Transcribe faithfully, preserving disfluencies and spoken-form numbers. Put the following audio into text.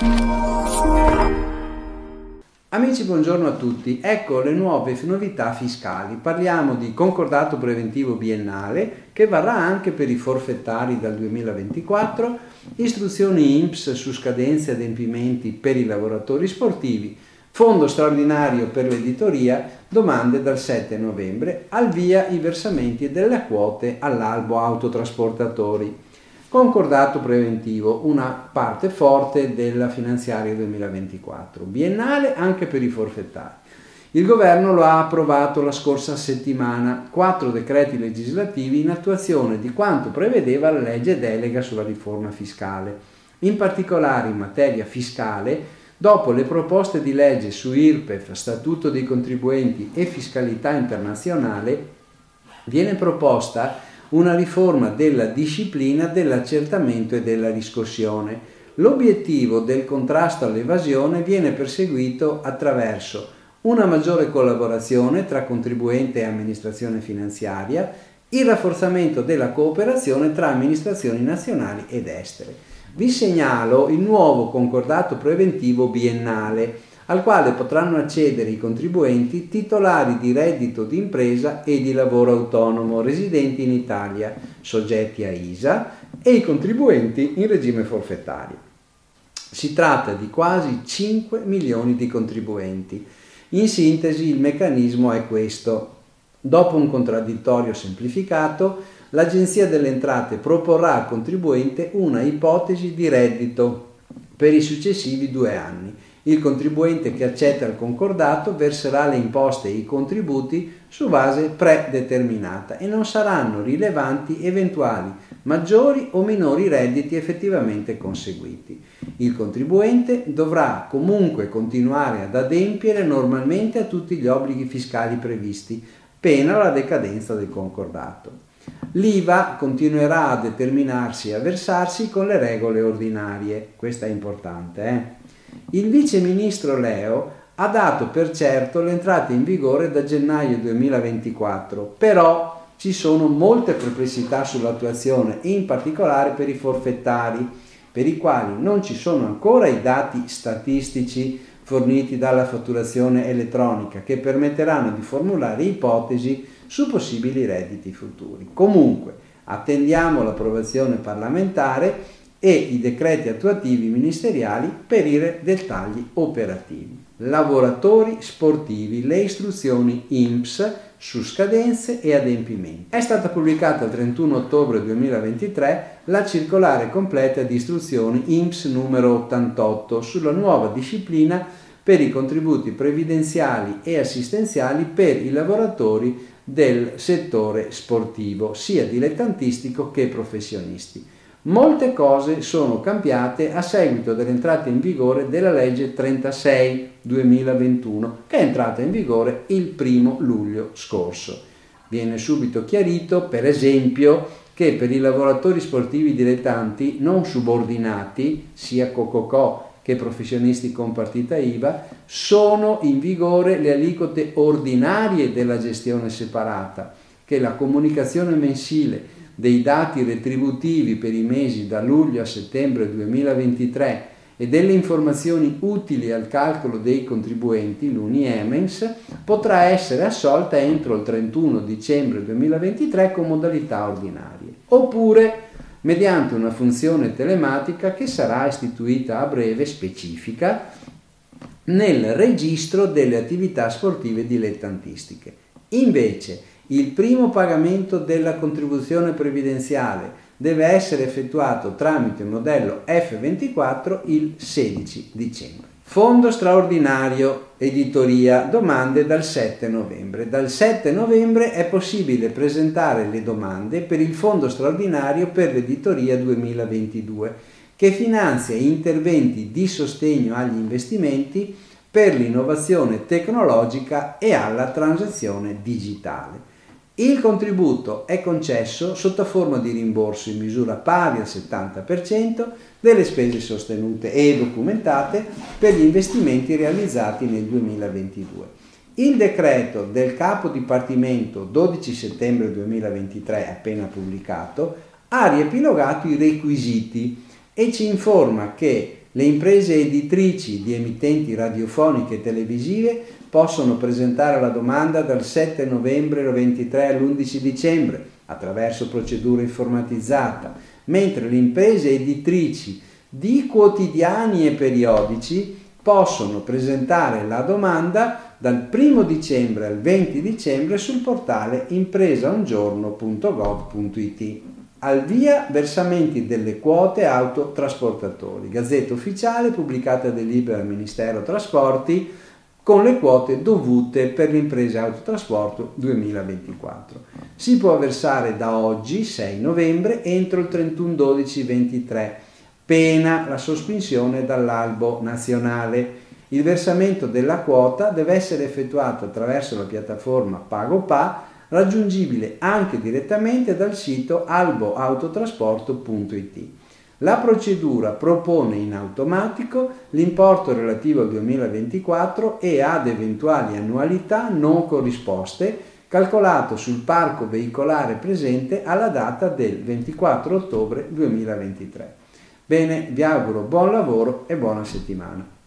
Amici, buongiorno a tutti. Ecco le nuove novità fiscali. Parliamo di concordato preventivo biennale che varrà anche per i forfettari dal duemilaventiquattro, istruzioni I N P S su scadenze e adempimenti per i lavoratori sportivi, fondo straordinario per l'editoria, domande dal sette novembre, al via i versamenti delle quote all'albo autotrasportatori. Concordato preventivo, una parte forte della finanziaria duemilaventiquattro, biennale anche per i forfettari. Il governo lo ha approvato la scorsa settimana, quattro decreti legislativi in attuazione di quanto prevedeva la legge delega sulla riforma fiscale. In particolare in materia fiscale, dopo le proposte di legge su I R P E F, Statuto dei contribuenti e fiscalità internazionale, viene proposta una riforma della disciplina dell'accertamento e della riscossione. L'obiettivo del contrasto all'evasione viene perseguito attraverso una maggiore collaborazione tra contribuente e amministrazione finanziaria, il rafforzamento della cooperazione tra amministrazioni nazionali ed estere. Vi segnalo il nuovo concordato preventivo biennale, al quale potranno accedere i contribuenti titolari di reddito di impresa e di lavoro autonomo residenti in Italia, soggetti a I S A, e i contribuenti in regime forfettario. Si tratta di quasi cinque milioni di contribuenti. In sintesi, il meccanismo è questo. Dopo un contraddittorio semplificato, l'Agenzia delle Entrate proporrà al contribuente una ipotesi di reddito per i successivi due anni. Il contribuente che accetta il concordato verserà le imposte e i contributi su base predeterminata e non saranno rilevanti eventuali maggiori o minori redditi effettivamente conseguiti. Il contribuente dovrà comunque continuare ad adempiere normalmente a tutti gli obblighi fiscali previsti, pena la decadenza del concordato. L'I V A continuerà a determinarsi e a versarsi con le regole ordinarie. Questo è importante, eh? Il vice ministro Leo ha dato per certo l'entrata in vigore da gennaio duemilaventiquattro, però ci sono molte perplessità sull'attuazione, in particolare per i forfettari, per i quali non ci sono ancora i dati statistici forniti dalla fatturazione elettronica che permetteranno di formulare ipotesi su possibili redditi futuri. Comunque, attendiamo l'approvazione parlamentare e i decreti attuativi ministeriali per i dettagli operativi. Lavoratori sportivi, le istruzioni I N P S su scadenze e adempimenti. È stata pubblicata il trentuno ottobre duemilaventitré la circolare completa di istruzioni I N P S numero ottantotto sulla nuova disciplina per i contributi previdenziali e assistenziali per i lavoratori del settore sportivo, sia dilettantistico che professionisti. Molte cose sono cambiate a seguito dell'entrata in vigore della legge trentasei duemilaventuno, che è entrata in vigore il primo luglio scorso. Viene subito chiarito, per esempio, che per i lavoratori sportivi dilettanti non subordinati, sia Cococò che professionisti con partita I V A, sono in vigore le aliquote ordinarie della gestione separata, che la comunicazione mensile dei dati retributivi per i mesi da luglio a settembre duemilaventitré e delle informazioni utili al calcolo dei contribuenti, l'Uniemens, potrà essere assolta entro il trentuno dicembre duemilaventitré con modalità ordinarie, oppure mediante una funzione telematica che sarà istituita a breve specifica nel registro delle attività sportive dilettantistiche. Invece, il primo pagamento della contribuzione previdenziale deve essere effettuato tramite modello F ventiquattro il sedici dicembre. Fondo straordinario editoria, domande dal sette novembre. Dal sette novembre è possibile presentare le domande per il Fondo straordinario per l'editoria duemilaventidue, che finanzia interventi di sostegno agli investimenti per l'innovazione tecnologica e alla transizione digitale. Il contributo è concesso sotto forma di rimborso in misura pari al settanta per cento delle spese sostenute e documentate per gli investimenti realizzati nel duemilaventidue. Il decreto del capo dipartimento dodici settembre duemilaventitré, appena pubblicato, ha riepilogato i requisiti e ci informa che Le imprese editrici di emittenti radiofoniche e televisive possono presentare la domanda dal sette novembre al ventitré all'undici dicembre attraverso procedura informatizzata, mentre le imprese editrici di quotidiani e periodici possono presentare la domanda dal primo dicembre al venti dicembre sul portale impresaungiorno punto gov punto it. Al via versamenti delle quote autotrasportatori, Gazzetta Ufficiale pubblicata delibera del Ministero Trasporti con le quote dovute per le imprese autotrasporto duemilaventiquattro. Si può versare da oggi, sei novembre, entro il trentuno dodici ventitré, pena la sospensione dall'albo nazionale. Il versamento della quota deve essere effettuato attraverso la piattaforma PagoPA, raggiungibile anche direttamente dal sito albo autotrasporto punto it. La procedura propone in automatico l'importo relativo al duemilaventiquattro e ad eventuali annualità non corrisposte, calcolato sul parco veicolare presente alla data del ventiquattro ottobre duemilaventitré. Bene, vi auguro buon lavoro e buona settimana.